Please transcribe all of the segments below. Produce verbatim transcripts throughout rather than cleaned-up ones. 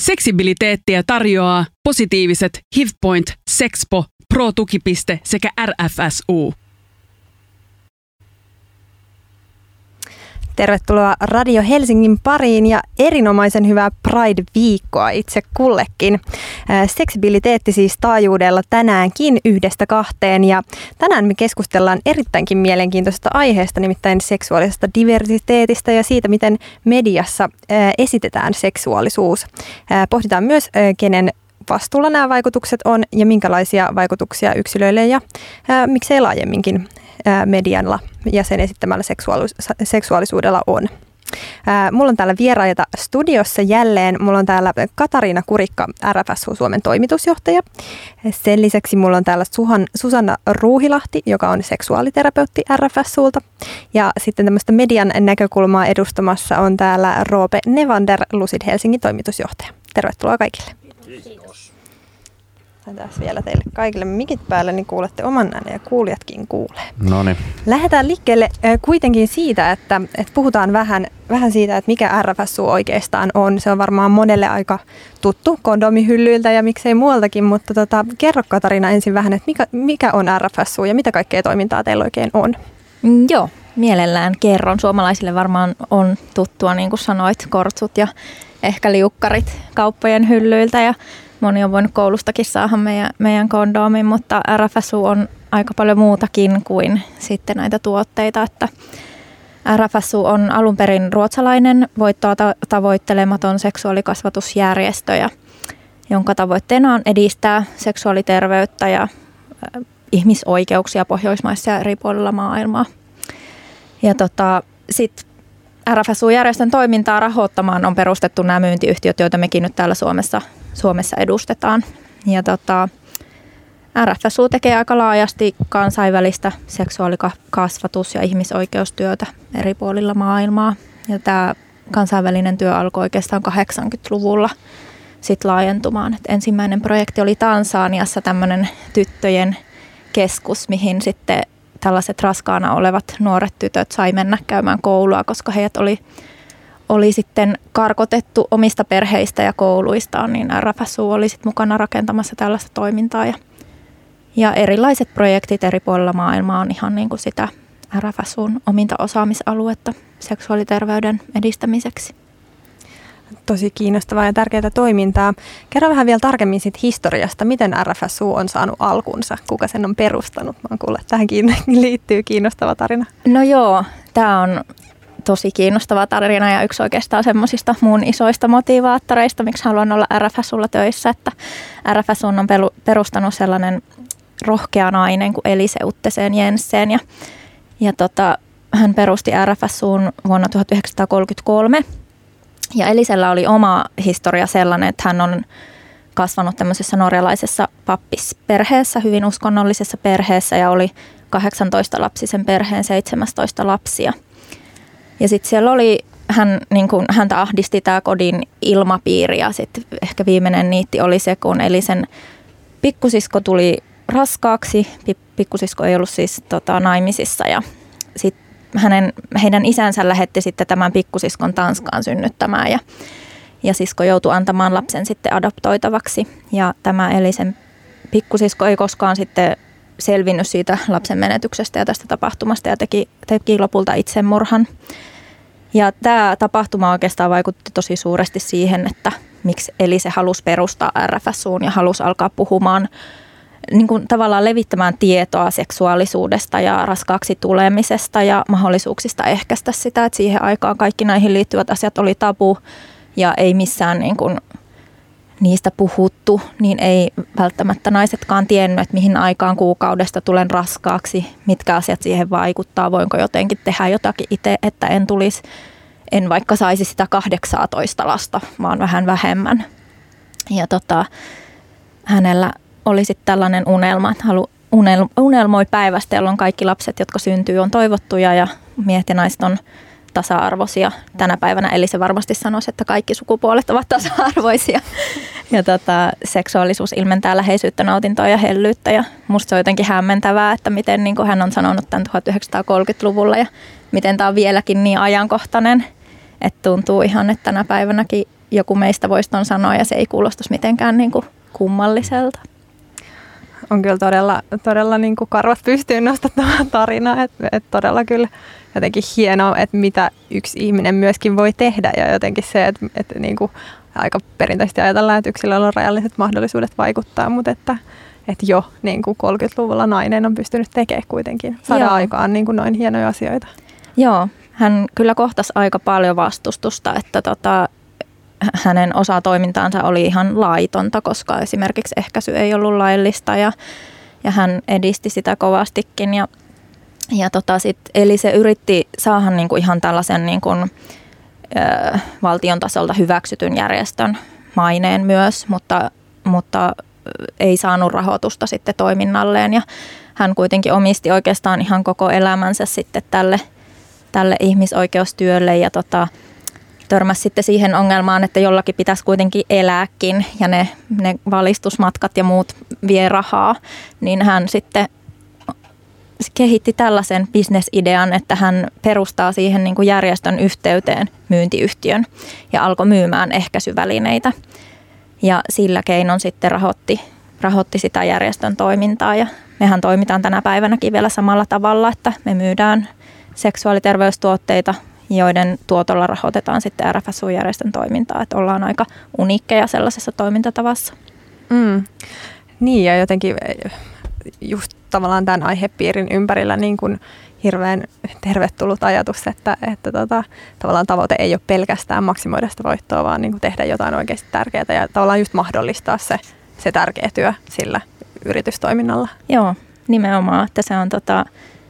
Seksibiliteettiä tarjoaa positiiviset HIVPoint, Sexpo, Pro-tukipiste sekä R F S U. Tervetuloa Radio Helsingin pariin ja erinomaisen hyvää Pride-viikkoa itse kullekin. Seksibiliteetti siis taajuudella tänäänkin yhdestä kahteen ja tänään me keskustellaan erittäinkin mielenkiintoisesta aiheesta, nimittäin seksuaalisesta diversiteetistä ja siitä, miten mediassa esitetään seksuaalisuus. Pohditaan myös, kenen vastuulla nämä vaikutukset on ja minkälaisia vaikutuksia yksilöille ja miksei laajemminkin medialla ja sen esittämällä seksuaalis- seksuaalisuudella on. Ää, mulla on täällä vieraita studiossa jälleen. Mulla on täällä Katariina Kurikka, R F S U Suomen toimitusjohtaja. Sen lisäksi mulla on täällä Suhan, Susanna Ruuhilahti, joka on seksuaaliterapeutti R F S U:lta. Ja sitten tämmöistä median näkökulmaa edustamassa on täällä Roope Nevander, Lucid Helsingin toimitusjohtaja. Tervetuloa kaikille. Tässä vielä teille kaikille mikit päälle, niin kuulette oman äänen ja kuulijatkin kuulee. Noniin. Lähdetään liikkeelle kuitenkin siitä, että, että puhutaan vähän, vähän siitä, että mikä R F S U oikeastaan on. Se on varmaan monelle aika tuttu kondomihyllyiltä ja miksei muualtakin, mutta tota, kerro Katariina ensin vähän, että mikä, mikä on R F S U ja mitä kaikkea toimintaa teillä oikein on? Mm, joo, mielellään kerron. Suomalaisille varmaan on tuttua, niin kuin sanoit, kortsut ja ehkä liukkarit kauppojen hyllyiltä ja moni on voinut koulustakin saada meidän, meidän kondoomin, mutta R F S U on aika paljon muutakin kuin sitten näitä tuotteita. Että R F S U on alun perin ruotsalainen voittoa tavoittelematon seksuaalikasvatusjärjestö, jonka tavoitteena on edistää seksuaaliterveyttä ja ihmisoikeuksia Pohjoismaissa ja eri puolilla maailmaa. Ja tota, sit R F S U-järjestön toimintaa rahoittamaan on perustettu nämä myyntiyhtiöt, joita mekin nyt täällä Suomessa Suomessa edustetaan. Ja tota, R F S U tekee aika laajasti kansainvälistä seksuaalikasvatus- ja ihmisoikeustyötä eri puolilla maailmaa. Ja tämä kansainvälinen työ alkoi oikeastaan kahdeksankymmentäluvulla sit laajentumaan. Et ensimmäinen projekti oli Tansaniassa tämmöinen tyttöjen keskus, mihin sitten tällaiset raskaana olevat nuoret tytöt sai mennä käymään koulua, koska heidät oli oli sitten karkotettu omista perheistä ja kouluistaan, niin R F S U oli sitten mukana rakentamassa tällaista toimintaa. Ja, ja erilaiset projektit eri puolilla maailmaa on ihan niin kuin sitä R F S U:n ominta osaamisaluetta seksuaaliterveyden edistämiseksi. Tosi kiinnostavaa ja tärkeää toimintaa. Kerro vähän vielä tarkemmin siitä historiasta, miten R F S U on saanut alkunsa, kuka sen on perustanut. Mä oon kuullut, että tähänkin liittyy kiinnostava tarina. No joo, tämä on tosi kiinnostava tarina ja yksi oikeastaan semmoisista mun isoista motivaattoreista, miksi haluan olla R F S U:lla töissä, että R F S U on perustanut sellainen rohkea nainen kuin Elise Uttesen Jensen ja, ja tota, hän perusti R F S U:n vuonna tuhatyhdeksänsataakolmekymmentäkolme ja Elisellä oli oma historia sellainen, että hän on kasvanut tämmöisessä norjalaisessa pappisperheessä, hyvin uskonnollisessa perheessä ja oli kahdeksantoista lapsisen perheen seitsemäntoista lapsia. Ja sitten siellä oli, hän, niin kun, häntä ahdisti tämä kodin ilmapiiri ja sitten ehkä viimeinen niitti oli se, kun Elisen pikkusisko tuli raskaaksi. Pikkusisko ei ollut siis tota, naimisissa ja sitten hänen, heidän isänsä lähetti sitten tämän pikkusiskon Tanskaan synnyttämään ja, ja sisko joutui antamaan lapsen sitten adoptoitavaksi. Ja tämä Elisen pikkusisko ei koskaan sitten selvinnyt siitä lapsen menetyksestä ja tästä tapahtumasta ja teki, teki lopulta itsemurhan. Ja tämä tapahtuma oikeastaan vaikutti tosi suuresti siihen, että miksi Elise halusi perustaa R F S U:n ja halusi alkaa puhumaan, niin kuin tavallaan levittämään tietoa seksuaalisuudesta ja raskaaksi tulemisesta ja mahdollisuuksista ehkäistä sitä, että siihen aikaan kaikki näihin liittyvät asiat oli tabu ja ei missään niin kuin niistä puhuttu, niin ei välttämättä naisetkaan tiennyt, että mihin aikaan kuukaudesta tulen raskaaksi, mitkä asiat siihen vaikuttaa, voinko jotenkin tehdä jotakin itse, että en tulisi, en vaikka saisi sitä kahdeksaatoista lasta, vaan vähän vähemmän. Ja tota, hänellä oli sitten tällainen unelma, että halu, unel, unelmoi päivästä, jolloin kaikki lapset, jotka syntyy, on toivottuja ja miehet ja naiset on tasa-arvoisia. Tänä päivänä Elise varmasti sanoisi, että kaikki sukupuolet ovat tasa-arvoisia. Ja tota, seksuaalisuus ilmentää läheisyyttä, nautintoa ja hellyyttä. Ja musta se on jotenkin hämmentävää, että miten niin kuin hän on sanonut tämän tuhatyhdeksänsataakolmekymmentäluvulla ja miten tämä on vieläkin niin ajankohtainen, että tuntuu ihan, että tänä päivänäkin joku meistä voisi ton sanoa ja se ei kuulostaisi mitenkään niin kuin kummalliselta. On kyllä todella, todella niin kuin karvat pystyyn nostettava tarina, että et todella kyllä jotenkin hienoa, että mitä yksi ihminen myöskin voi tehdä ja jotenkin se, että, että niin kuin aika perinteisesti ajatellaan, että yksilöllä on rajalliset mahdollisuudet vaikuttaa, mutta että, että jo niin kuin kolmekymmentäluvulla nainen on pystynyt tekemään kuitenkin saada Joo. aikaan niin kuin noin hienoja asioita. Joo, hän kyllä kohtasi aika paljon vastustusta, että tota, hänen osa toimintaansa oli ihan laitonta, koska esimerkiksi ehkäisy ei ollut laillista ja, ja hän edisti sitä kovastikin. Ja, ja tota sit, eli se yritti saada niinku ihan tällaisen niinku, ö, valtion tasolta hyväksytyn järjestön maineen myös, mutta, mutta ei saanut rahoitusta sitten toiminnalleen. Ja hän kuitenkin omisti oikeastaan ihan koko elämänsä sitten tälle, tälle ihmisoikeustyölle ja tota, törmäsi sitten siihen ongelmaan, että jollakin pitäisi kuitenkin elääkin ja ne, ne valistusmatkat ja muut vie rahaa, niin hän sitten kehitti tällaisen bisnesidean, että hän perustaa siihen niin kuin järjestön yhteyteen myyntiyhtiön ja alkoi myymään ehkäisyvälineitä ja sillä keinon sitten rahoitti, rahoitti sitä järjestön toimintaa ja mehän toimitaan tänä päivänäkin vielä samalla tavalla, että me myydään seksuaaliterveystuotteita, joiden tuotolla rahoitetaan sitten R F S U-järjestön toimintaa, että ollaan aika uniikkeja sellaisessa toimintatavassa. Mm. Niin ja jotenkin just tavallaan tämän aihepiirin ympärillä niin kuin hirveän tervetullut ajatus, että, että tota, tavallaan tavoite ei ole pelkästään maksimoida sitä voittoa, vaan niin kuin tehdä jotain oikeasti tärkeää ja tavallaan just mahdollistaa se, se tärkeä työ sillä yritystoiminnalla. Joo, nimenomaan, että se on tota,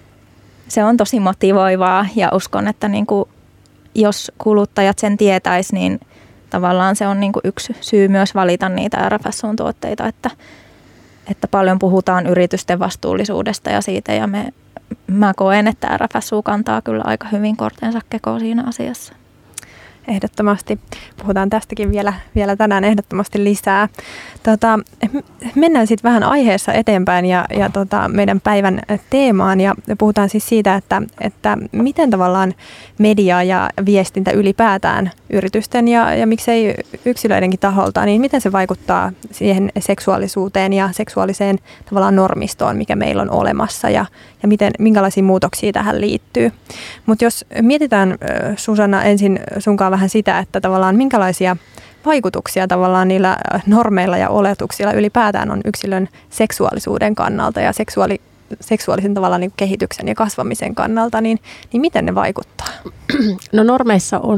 Se on tosi motivoivaa ja uskon, että niin kuin, jos kuluttajat sen tietäisi, niin tavallaan se on niin kuin yksi syy myös valita niitä R F S U-tuotteita, että, että paljon puhutaan yritysten vastuullisuudesta ja siitä ja me, mä koen, että R F S U kantaa kyllä aika hyvin kortensa kekoon siinä asiassa. Ehdottomasti. Puhutaan tästäkin vielä, vielä tänään ehdottomasti lisää. Tota, mennään sitten vähän aiheessa eteenpäin ja, ja tota, meidän päivän teemaan ja puhutaan siis siitä, että, että miten tavallaan media ja viestintä ylipäätään yritysten ja, ja miksei yksilöidenkin taholta, niin miten se vaikuttaa siihen seksuaalisuuteen ja seksuaaliseen tavallaan normistoon, mikä meillä on olemassa ja, ja miten, minkälaisia muutoksia tähän liittyy. Mutta jos mietitään, Susanna, ensin sunkaan vähän sitä, että tavallaan minkälaisia vaikutuksia tavallaan niillä normeilla ja oletuksilla ylipäätään on yksilön seksuaalisuuden kannalta ja seksuaali, seksuaalisen tavallaan niin kehityksen ja kasvamisen kannalta, niin, niin miten ne vaikuttaa? No normeissa on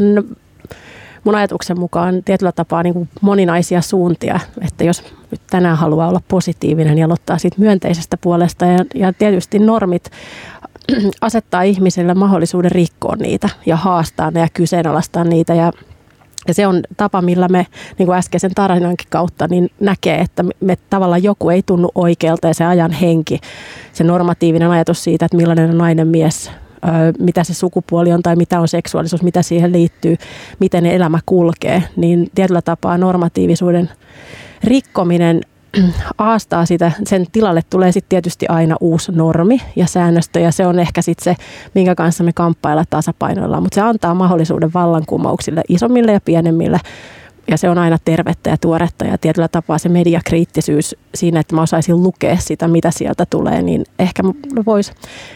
mun ajatuksen mukaan tietyllä tapaa niin kuin moninaisia suuntia, että jos nyt tänään haluaa olla positiivinen ja aloittaa siitä myönteisestä puolesta ja, ja tietysti normit asettaa ihmisille mahdollisuuden rikkoa niitä ja haastaa ne ja kyseenalaistaa niitä ja Ja se on tapa, millä me niin kuin äskeisen tarinankin kautta niin näkee, että me tavallaan joku ei tunnu oikealta ja se ajan henki, se normatiivinen ajatus siitä, että millainen on nainen mies, mitä se sukupuoli on tai mitä on seksuaalisuus, mitä siihen liittyy, miten elämä kulkee, niin tietyllä tapaa normatiivisuuden rikkominen aastaa sitä, sen tilalle tulee sitten tietysti aina uusi normi ja säännöstö ja se on ehkä sitten se, minkä kanssa me kamppaillaan tasapainoillaan, mutta se antaa mahdollisuuden vallankumouksille isommille ja pienemmille ja se on aina tervettä ja tuoretta ja tietyllä tapaa se mediakriittisyys siinä, että mä osaisin lukea sitä, mitä sieltä tulee, niin ehkä voisi.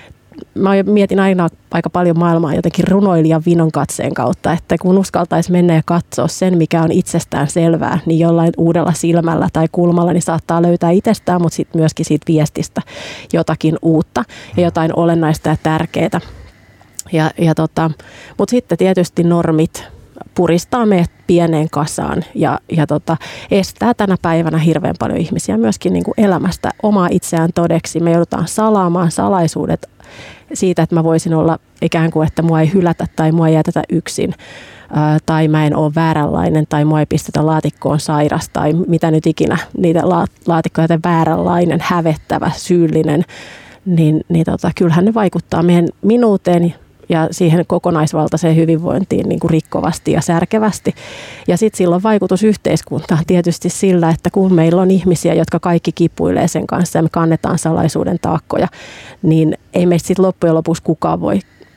Mä mietin aina aika paljon maailmaa jotenkin runoilijan vinon katseen kautta, että kun uskaltaisi mennä ja katsoa sen, mikä on itsestään selvää, niin jollain uudella silmällä tai kulmalla niin saattaa löytää itsestään, mutta sitten myöskin siitä viestistä jotakin uutta ja jotain olennaista ja tärkeää. Ja, ja tota, mutta sitten tietysti normit puristaa meidät pieneen kasaan ja, ja tota, estää tänä päivänä hirveän paljon ihmisiä myöskin niin kuin elämästä omaa itseään todeksi. Me joudutaan salaamaan salaisuudet siitä, että mä voisin olla ikään kuin, että mua ei hylätä tai mua ei jätetä yksin ää, tai mä en ole vääränlainen tai mua ei pistetä laatikkoon sairas tai mitä nyt ikinä niitä la- laatikkoja tai vääränlainen, hävettävä, syyllinen, niin, niin tota, kyllähän ne vaikuttaa meidän minuuteen ja siihen kokonaisvaltaiseen hyvinvointiin niin kuin rikkovasti ja särkevästi. Ja sitten sillä on vaikutus yhteiskuntaan tietysti sillä, että kun meillä on ihmisiä, jotka kaikki kipuilee sen kanssa ja me kannetaan salaisuuden taakkoja, niin ei meistä sitten loppujen lopuksi kukaan voi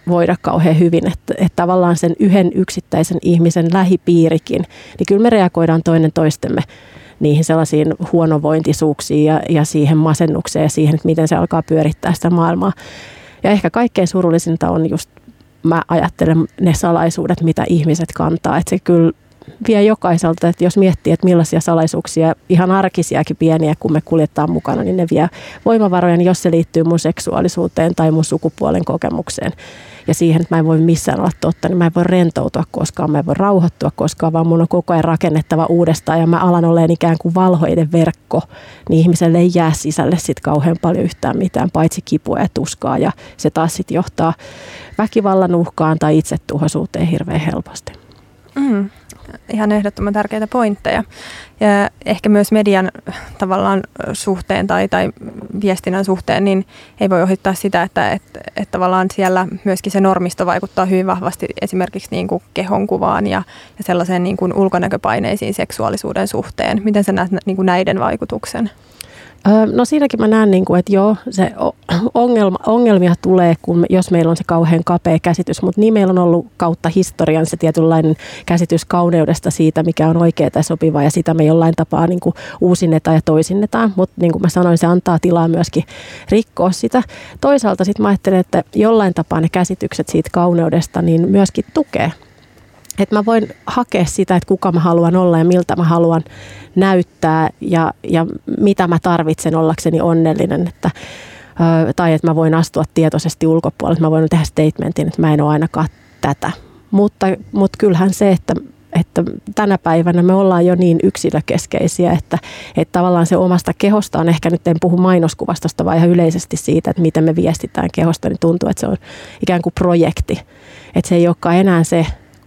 voida kauhean hyvin, että, että tavallaan sen yhden yksittäisen ihmisen lähipiirikin, niin kyllä me reagoidaan toinen toistemme niihin sellaisiin huonovointisuuksiin ja, ja siihen masennukseen ja siihen, että miten se alkaa pyörittää sitä maailmaa. Ja ehkä kaikkein surullisinta on just, mä ajattelen ne salaisuudet, mitä ihmiset kantaa, että se kyllä vie jokaiselta, että jos miettii, että millaisia salaisuuksia, ihan arkisiakin pieniä, kun me kuljetaan mukana, niin ne vie voimavaroja, niin jos se liittyy mun seksuaalisuuteen tai mun sukupuolen kokemukseen ja siihen, että mä en voi missään olla totta, niin mä en voi rentoutua koskaan, mä en voi rauhoittua koskaan, vaan mun on koko ajan rakennettava uudestaan ja mä alan olemaan ikään kuin valhoiden verkko, niin ihmiselle ei jää sisälle sit kauhean paljon yhtään mitään, paitsi kipua ja tuskaa ja se taas sit johtaa väkivallan uhkaan tai itsetuhoisuuteen hirveän helposti. Mm. Ihan ehdottoman tärkeitä pointteja. Ja ehkä myös median tavallaan suhteen tai, tai viestinnän suhteen, niin ei voi ohittaa sitä, että, että, että tavallaan siellä myöskin se normisto vaikuttaa hyvin vahvasti esimerkiksi niin kuin kehonkuvaan ja, ja sellaiseen niin kuin ulkonäköpaineisiin seksuaalisuuden suhteen. Miten sä näet niin kuin näiden vaikutuksen? No siinäkin mä näen, että joo, se ongelma, ongelmia tulee, kun, jos meillä on se kauhean kapea käsitys, mutta niin meillä on ollut kautta historian se tietynlainen käsitys kauneudesta siitä, mikä on oikeaa ja sopivaa ja sitä me jollain tapaa niin kuin uusinnetaan ja toisinnetaan, mutta niin kuin mä sanoin, se antaa tilaa myöskin rikkoa sitä. Toisaalta sitten mä ajattelen, että jollain tapaa ne käsitykset siitä kauneudesta niin myöskin tukee. Että mä voin hakea sitä, että kuka mä haluan olla ja miltä mä haluan näyttää ja, ja mitä mä tarvitsen ollakseni onnellinen. Että, ö, tai että mä voin astua tietoisesti ulkopuolelle, että mä voin tehdä statementin, että mä en ole ainakaan tätä. Mutta, mutta kyllähän se, että, että tänä päivänä me ollaan jo niin yksilökeskeisiä, että, että tavallaan se omasta kehosta on ehkä, nyt en puhu mainoskuvastosta, vaan ihan yleisesti siitä, että miten me viestitään kehosta, niin tuntuu, että se on ikään kuin projekti. Että se ei olekaan enää se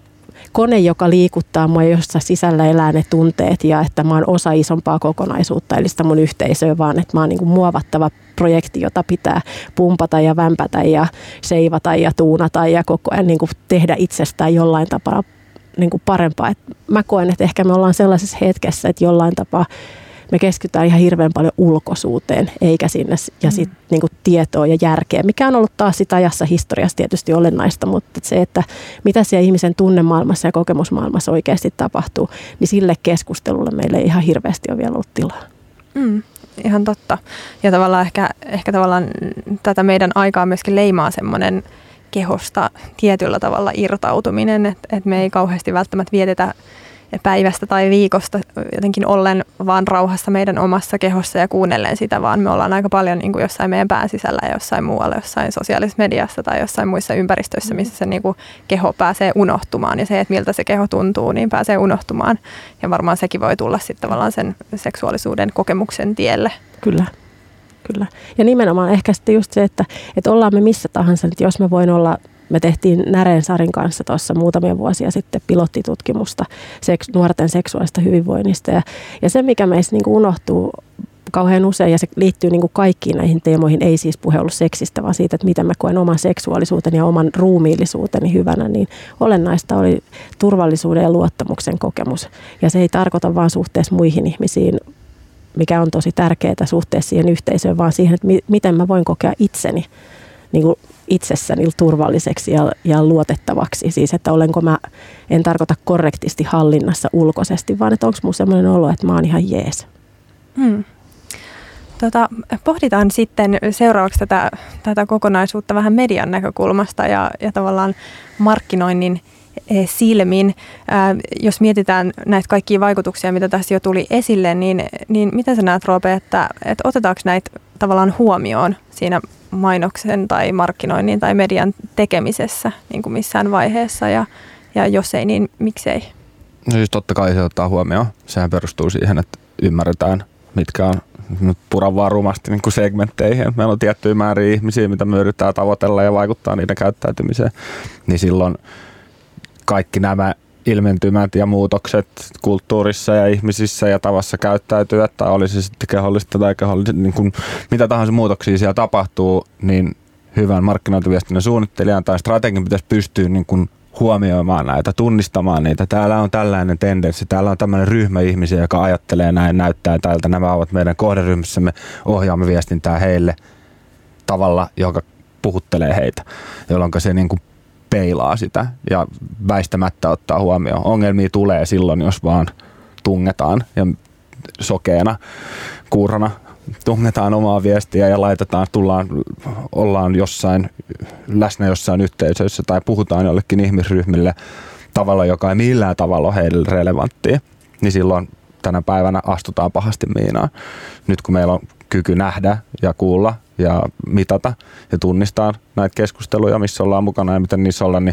kone, joka liikuttaa mua, jossa sisällä elää ne tunteet ja että mä oon osa isompaa kokonaisuutta, eli sitä mun yhteisöä, vaan että mä oon niin kuin muovattava projekti, jota pitää pumpata ja vämpätä ja seivata ja tuunata ja koko ajan niin kuin tehdä itsestään jollain tapaa niin kuin parempaa. Et mä koen, että ehkä me ollaan sellaisessa hetkessä, että jollain tapaa me keskitytään ihan hirveän paljon ulkoisuuteen, eikä sinne ja sit, mm. niin kuin tietoa ja järkeä, mikä on ollut taas sitä ajassa historiassa tietysti olennaista, mutta se, että mitä siellä ihmisen tunnemaailmassa ja kokemusmaailmassa oikeasti tapahtuu, niin sille keskustelulle meillä ei ihan hirveästi ole vielä ollut tilaa. Mm. Ihan totta. Ja tavallaan ehkä, ehkä tavallaan tätä meidän aikaa myöskin leimaa semmoinen kehosta tietyllä tavalla irtautuminen, että, että me ei kauheasti välttämättä vietetä päivästä tai viikosta jotenkin ollen vaan rauhassa meidän omassa kehossa ja kuunnellen sitä, vaan me ollaan aika paljon niin kuin jossain meidän pään sisällä ja jossain muualla, jossain sosiaalisessa mediassa tai jossain muissa ympäristöissä, missä se niin kuin keho pääsee unohtumaan ja se, että miltä se keho tuntuu, niin pääsee unohtumaan. Ja varmaan sekin voi tulla sitten tavallaan sen seksuaalisuuden kokemuksen tielle. Kyllä. Kyllä. Ja nimenomaan ehkä sitten just se, että, että ollaan me missä tahansa, että jos mä voin olla. Me tehtiin Näreen Sarin kanssa tuossa muutamia vuosia sitten pilottitutkimusta seks, nuorten seksuaalista hyvinvoinnista. Ja, ja se, mikä meistä niin kuin unohtuu kauhean usein, ja se liittyy niin kuin kaikkiin näihin teemoihin, ei siis puhe ollut seksistä, vaan siitä, että miten mä koen oman seksuaalisuuteni ja oman ruumiillisuuteni hyvänä, niin olennaista oli turvallisuuden ja luottamuksen kokemus. Ja se ei tarkoita vaan suhteessa muihin ihmisiin, mikä on tosi tärkeää suhteessa siihen yhteisöön, vaan siihen, että mi- miten mä voin kokea itseni niin kuin itsessäni turvalliseksi ja, ja luotettavaksi. Siis, että olenko mä, en tarkoita korrektisti hallinnassa ulkoisesti, vaan että onko mun sellainen olo, että mä oon ihan jees. Hmm. Tota, pohditaan sitten seuraavaksi tätä, tätä kokonaisuutta vähän median näkökulmasta ja, ja tavallaan markkinoinnin silmin. Ää, jos mietitään näitä kaikkia vaikutuksia, mitä tässä jo tuli esille, niin, niin miten sä näet, Roope, että, että otetaanko näitä tavallaan huomioon siinä mainoksen tai markkinoinnin tai median tekemisessä niin kuin missään vaiheessa ja, ja jos ei, niin miksei? No siis totta kai se ottaa huomioon. Sehän perustuu siihen, että ymmärretään, mitkä on, nyt puran vaan rumasti niin kuin segmentteihin. Meillä on tiettyjä määriä ihmisiä, mitä me yritetään tavoitella ja vaikuttaa niiden käyttäytymiseen. Niin silloin kaikki nämä ilmentymät ja muutokset kulttuurissa ja ihmisissä ja tavassa käyttäytyä, tai olisi sitten kehollista tai kehollista, niin kuin mitä tahansa muutoksia siellä tapahtuu, niin hyvän markkinointiviestinnän suunnittelijan tai strategin pitäisi pystyä niin kuin huomioimaan näitä, tunnistamaan niitä. Täällä on tällainen tendenssi, täällä on tämmöinen ryhmä ihmisiä, joka ajattelee näin, näyttää tältä. Nämä ovat meidän kohderyhmässä, me ohjaamme viestintää heille tavalla, joka puhuttelee heitä, jolloin se niin kuin peilaa sitä ja väistämättä ottaa huomioon. Ongelmia tulee silloin, jos vaan tungetaan ja sokeena, kuurana tungetaan omaa viestiä ja laitetaan, tullaan, ollaan jossain, läsnä jossain yhteisöissä tai puhutaan jollekin ihmisryhmille tavalla, joka ei millään tavalla ole heille relevanttia, niin silloin tänä päivänä astutaan pahasti miinaan. Nyt kun meillä on kyky nähdä ja kuulla ja mitata ja tunnistaa näitä keskusteluja, missä ollaan mukana ja miten niissä ollaan, niin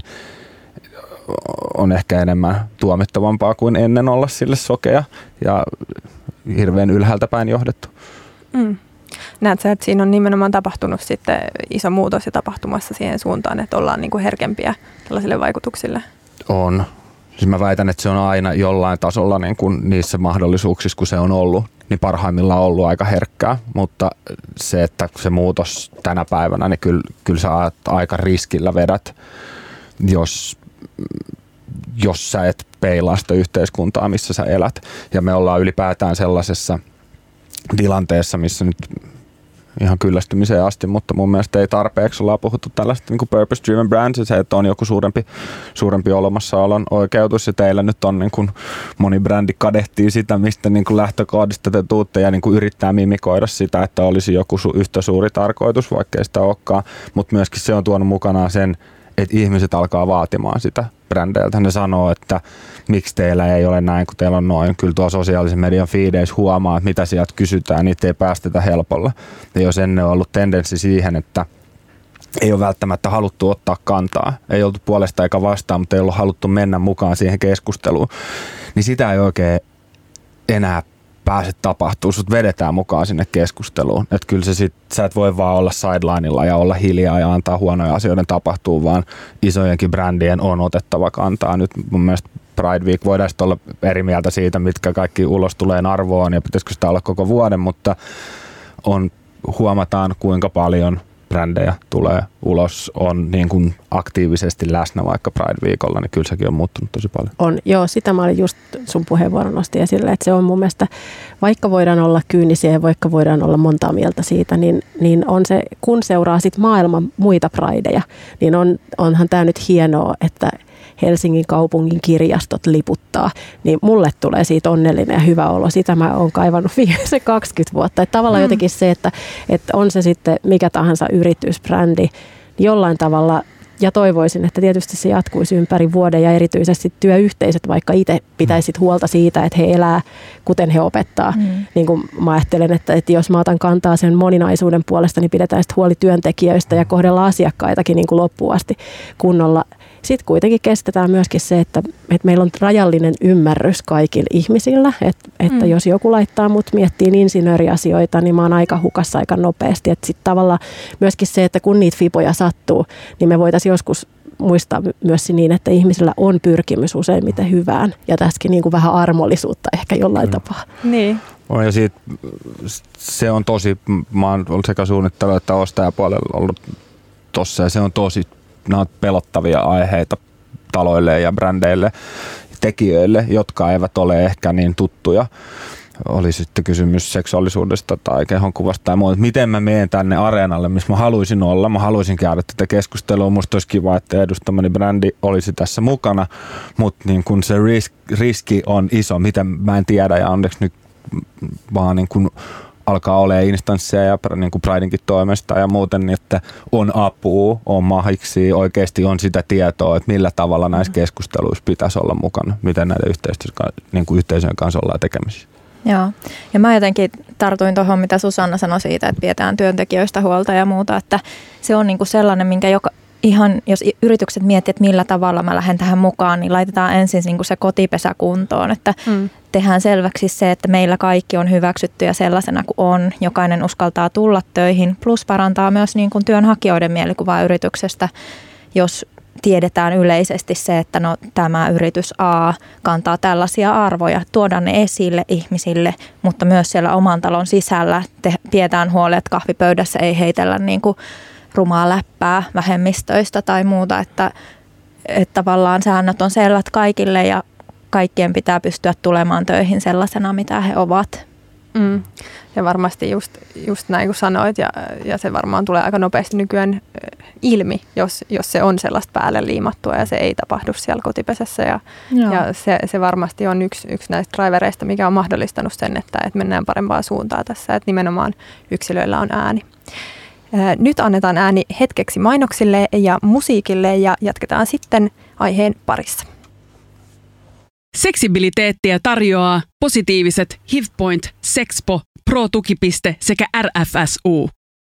on ehkä enemmän tuomittavampaa kuin ennen olla sille sokea ja hirveän ylhäältä päin johdettu. Mm. Näetkö, että siinä on nimenomaan tapahtunut sitten iso muutos ja tapahtumassa siihen suuntaan, että ollaan niin kuin herkempiä tällaisille vaikutuksille? On. Siis mä väitän, että se on aina jollain tasolla niin kuin niissä mahdollisuuksissa, kun se on ollut, niin parhaimmillaan on ollut aika herkkää, mutta se, että se muutos tänä päivänä, niin kyllä, kyllä sä aika riskillä vedät, jos, jos sä et peilaa sitä yhteiskuntaa, missä sä elät. Ja me ollaan ylipäätään sellaisessa tilanteessa, missä nyt ihan kyllästymiseen asti, mutta mun mielestä ei tarpeeksi ollaan puhuttu tällaista niin kuin purpose-driven brands, se, että on joku suurempi, suurempi olemassaolon oikeutus, ja teillä nyt on niin kuin moni brändi kadehtii sitä, mistä niin kuin lähtökohdista te tuutte, ja niin kuin yrittää mimikoida sitä, että olisi joku su- yhtä suuri tarkoitus, vaikka ei sitä olekaan, mutta myöskin se on tuonut mukanaan sen, että ihmiset alkaa vaatimaan sitä brändeiltä. Ne sanoo, että miksi teillä ei ole näin, kun teillä on noin. Kyllä tuo sosiaalisen median feedeissä huomaa, että mitä sieltä kysytään, niitä ei päästetä helpolla. Ja jos ennen on ollut tendenssi siihen, että ei ole välttämättä haluttu ottaa kantaa, ei oltu puolesta eikä vastaan, mutta ei ollut haluttu mennä mukaan siihen keskusteluun, niin sitä ei oikein enää pääse tapahtuu, sut vedetään mukaan sinne keskusteluun. Että kyllä se sit, sä et voi vaan olla sidelineilla ja olla hiljaa ja antaa huonoja asioiden tapahtua, vaan isojenkin brändien on otettava kantaa. Nyt mun mielestä Pride Week voidaan olla eri mieltä siitä, mitkä kaikki ulos tulee arvoon ja pitäisikö sitä olla koko vuoden, mutta on, huomataan kuinka paljon brändejä tulee ulos, on niin kuin aktiivisesti läsnä vaikka Pride-viikolla, niin kyllä sekin on muuttunut tosi paljon. On, joo, sitä mä olin just sun puheenvuoron nosti esille, että se on mun mielestä, vaikka voidaan olla kyynisiä ja vaikka voidaan olla montaa mieltä siitä, niin, niin on se, kun seuraa sit maailman muita Prideja, niin on, onhan tää nyt hienoa, että Helsingin kaupungin kirjastot liputtaa, niin mulle tulee siitä onnellinen ja hyvä olo. Sitä mä oon kaivannut viimeisen kaksikymmentä vuotta. Että tavallaan mm. jotenkin se, että, että on se sitten mikä tahansa yritys, brändi, niin jollain tavalla, ja toivoisin, että tietysti se jatkuisi ympäri vuoden ja erityisesti työyhteisöt, vaikka itse pitäisit huolta siitä, että he elää, kuten he opettaa. Mm. Niin kuin mä ajattelen, että, että jos mä otan kantaa sen moninaisuuden puolesta, niin pidetään sitten huoli työntekijöistä ja kohdellaan asiakkaitakin niin kuin loppuun asti kunnolla. Sitten kuitenkin kestetään myöskin se, että, että meillä on rajallinen ymmärrys kaikilla ihmisillä, että, että mm. jos joku laittaa mut miettiin insinööriasioita, niin mä oon aika hukassa aika nopeasti. Että sitten tavallaan myöskin se, että kun niitä fipoja sattuu, niin me voitaisiin joskus muistaa myös niin, että ihmisillä on pyrkimys useimmiten hyvään ja tässäkin niin kuin vähän armollisuutta ehkä jollain mm. tapaa. Niin. On, ja siitä, se on tosi, mä oon ollut sekä suunnittelu että ostajapuolella ollut tossa ja se on tosi, nämä on pelottavia aiheita taloille ja brändeille, tekijöille, jotka eivät ole ehkä niin tuttuja. Oli sitten kysymys seksuaalisuudesta tai kehonkuvasta tai muuta. Miten mä menen tänne areenalle, missä mä haluaisin olla. Mä haluaisin käydä tätä keskustelua. Musta olisi kiva, että edustamani brändi olisi tässä mukana, mutta niin kun se risk, riski on iso, miten mä en tiedä ja onneksi nyt vaan niin kun alkaa olemaan instansseja ja niin kuin Prideinkin toimesta ja muuten, niin että on apua, on mahiksi, oikeasti on sitä tietoa, että millä tavalla näissä keskusteluissa pitäisi olla mukana, miten näiden niin kuin yhteisöjen kanssa ollaan tekemisissä. Joo, ja mä jotenkin tartuin tuohon, mitä Susanna sanoi siitä, että pidetään työntekijöistä huolta ja muuta, että se on niin kuin sellainen, minkä joka ihan, jos yritykset miettii, että millä tavalla mä lähden tähän mukaan, niin laitetaan ensin niin kuin se kotipesä kuntoon, että mm. tehdään selväksi se, että meillä kaikki on hyväksyttyjä sellaisena kuin on. Jokainen uskaltaa tulla töihin, plus parantaa myös niin kuin työnhakijoiden mielikuvaa yrityksestä, jos tiedetään yleisesti se, että no, tämä yritys A kantaa tällaisia arvoja, tuodaan ne esille ihmisille, mutta myös siellä oman talon sisällä te, pidetään huoli, että kahvipöydässä ei heitellä niin kuin rumaa läppää vähemmistöistä tai muuta, että, että tavallaan säännöt on selvät kaikille ja kaikkien pitää pystyä tulemaan töihin sellaisena, mitä he ovat. Mm. Ja varmasti just, just näin kuin sanoit, ja, ja se varmaan tulee aika nopeasti nykyään ilmi, jos, jos se on sellaista päälle liimattua ja se ei tapahdu siellä kotipesässä. Ja, ja se, se varmasti on yksi, yksi näistä drivereista, mikä on mahdollistanut sen, että, että mennään parempaa suuntaa tässä, että nimenomaan yksilöillä on ääni. Nyt annetaan ääni hetkeksi mainoksille ja musiikille ja jatketaan sitten aiheen parissa. Seksibiliteettiä tarjoaa positiiviset HIVPoint, Sexpo, Pro-tukipiste sekä R F S U.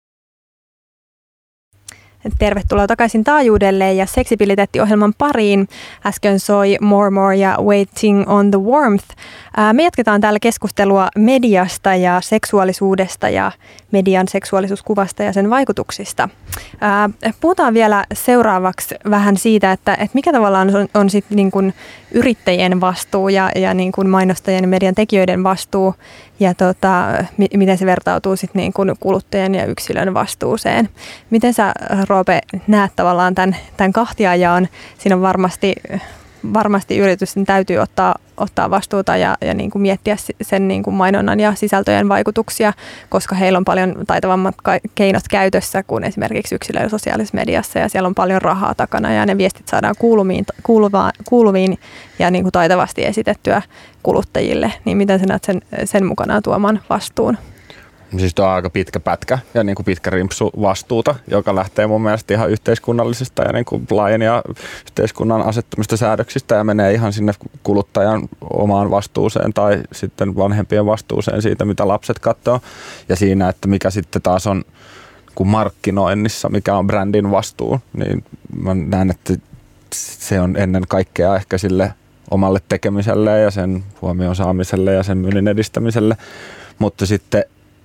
Tervetuloa takaisin taajuudelle ja seksibiliteettiohjelman pariin. Äsken soi More More ja Waiting on the Warmth. Me jatketaan täällä keskustelua mediasta ja seksuaalisuudesta ja median seksuaalisuuskuvasta ja sen vaikutuksista. Puhutaan vielä seuraavaksi vähän siitä, että, että mikä tavallaan on, on sit niin kuin yrittäjien vastuu ja, ja niin kuin mainostajien ja median tekijöiden vastuu ja tota, mi, miten se vertautuu sit niin kuin kuluttajien ja yksilön vastuuseen. Miten sä, Roope, näet tavallaan tämän, tämän kahtiajaon? Siinä on varmasti, varmasti yritysten täytyy ottaa, ottaa vastuuta ja, ja niin kuin miettiä sen niin kuin mainonnan ja sisältöjen vaikutuksia, koska heillä on paljon taitavammat keinot käytössä kuin esimerkiksi yksilöillä sosiaalisessa mediassa ja siellä on paljon rahaa takana ja ne viestit saadaan kuuluviin, kuuluvaan, kuuluviin ja niin kuin taitavasti esitettyä kuluttajille. Niin miten sä näet sen, sen mukanaan tuoman vastuun? Siis tuo on aika pitkä pätkä ja niin kuin pitkä rimpsu vastuuta, joka lähtee mun mielestä ihan yhteiskunnallisista ja niin kuin laajenia yhteiskunnan asettamista säädöksistä ja menee ihan sinne kuluttajan omaan vastuuseen tai sitten vanhempien vastuuseen siitä, mitä lapset katsoo. Ja siinä, että mikä sitten taas on kun markkinoinnissa, mikä on brändin vastuu, niin mä näen, että se on ennen kaikkea ehkä sille omalle tekemiselle ja sen huomioon saamiselle ja sen myynnin edistämiselle, mutta sitten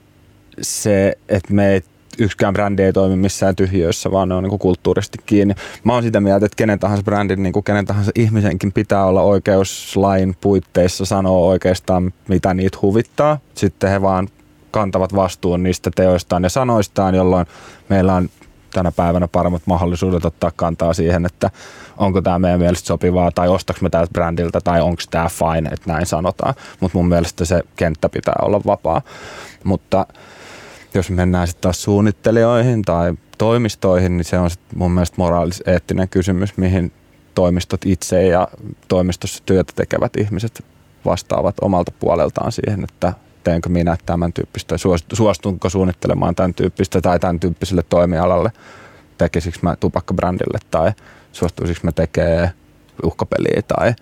se, että me ei, yksikään brändi ei toimi missään tyhjöissä, vaan ne on niin kuin kulttuurisesti kiinni. Mä oon sitä mieltä, että kenen tahansa brändin, niin kuin kenen tahansa ihmisenkin pitää olla oikeus lain puitteissa sanoa oikeastaan, mitä niitä huvittaa. Sitten he vaan kantavat vastuun niistä teoistaan ja sanoistaan, jolloin meillä on tänä päivänä paremmat mahdollisuudet ottaa kantaa siihen, että onko tämä meidän mielestä sopivaa tai ostaks me tältä brändiltä tai onko tämä fine, että näin sanotaan. Mutta mun mielestä se kenttä pitää olla vapaa. Mutta jos mennään sitten taas suunnittelijoihin tai toimistoihin, niin se on sit mun mielestä moraalis-eettinen kysymys, mihin toimistot itse ja toimistossa työtä tekevät ihmiset vastaavat omalta puoleltaan siihen, että teenkö minä tämän tyyppistä, suostunko suunnittelemaan tämän tyyppistä tai tämän tyyppiselle toimialalle, tekisikö mä tupakkabrändille tai suostuisiko mä tekemään uhkapeliä tai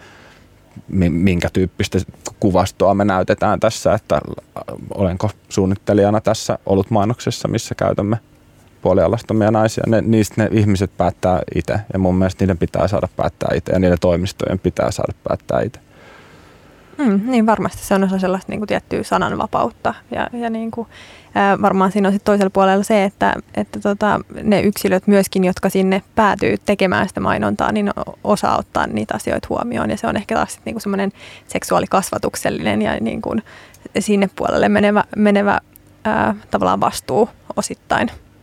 minkä tyyppistä kuvastoa me näytetään tässä, että olenko suunnittelijana tässä olutmainoksessa, missä käytämme puolialastomia naisia. Ne, niistä ne ihmiset päättää itse ja mun mielestä niiden pitää saada päättää itse ja niiden toimistojen pitää saada päättää itse. Mm, niin varmasti se on osa sellaista niin kuin tiettyä sananvapautta ja, ja niin kuin, ää, varmaan siinä on sitten toisella puolella se, että, että tota, ne yksilöt myöskin, jotka sinne päätyy tekemään sitä mainontaa, niin osaa ottaa niitä asioita huomioon ja se on ehkä taas sit, niin kuin semmoinen seksuaalikasvatuksellinen ja niin kuin sinne puolelle menevä, menevä ää, tavallaan vastuu osittain.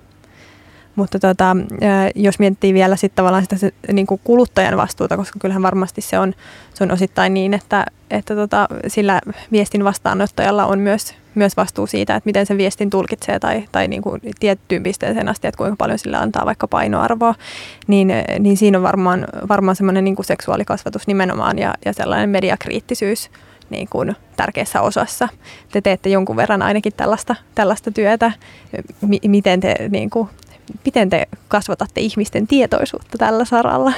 Mutta tota, jos miettii vielä sitten tavallaan sitä se, niin kuin kuluttajan vastuuta, koska kyllähän varmasti se on, se on osittain niin, että, että tota, sillä viestin vastaanottajalla on myös, myös vastuu siitä, että miten se viestin tulkitsee tai, tai niin kuin tiettyyn pisteeseen asti, että kuinka paljon sillä antaa vaikka painoarvoa, niin, niin siinä on varmaan, varmaan semmoinen niin kuin seksuaalikasvatus nimenomaan ja, ja sellainen mediakriittisyys niin kuin tärkeässä osassa. Te teette jonkun verran ainakin tällaista, tällaista työtä. M- miten te niin kuin Miten te kasvatatte ihmisten tietoisuutta tällä saralla?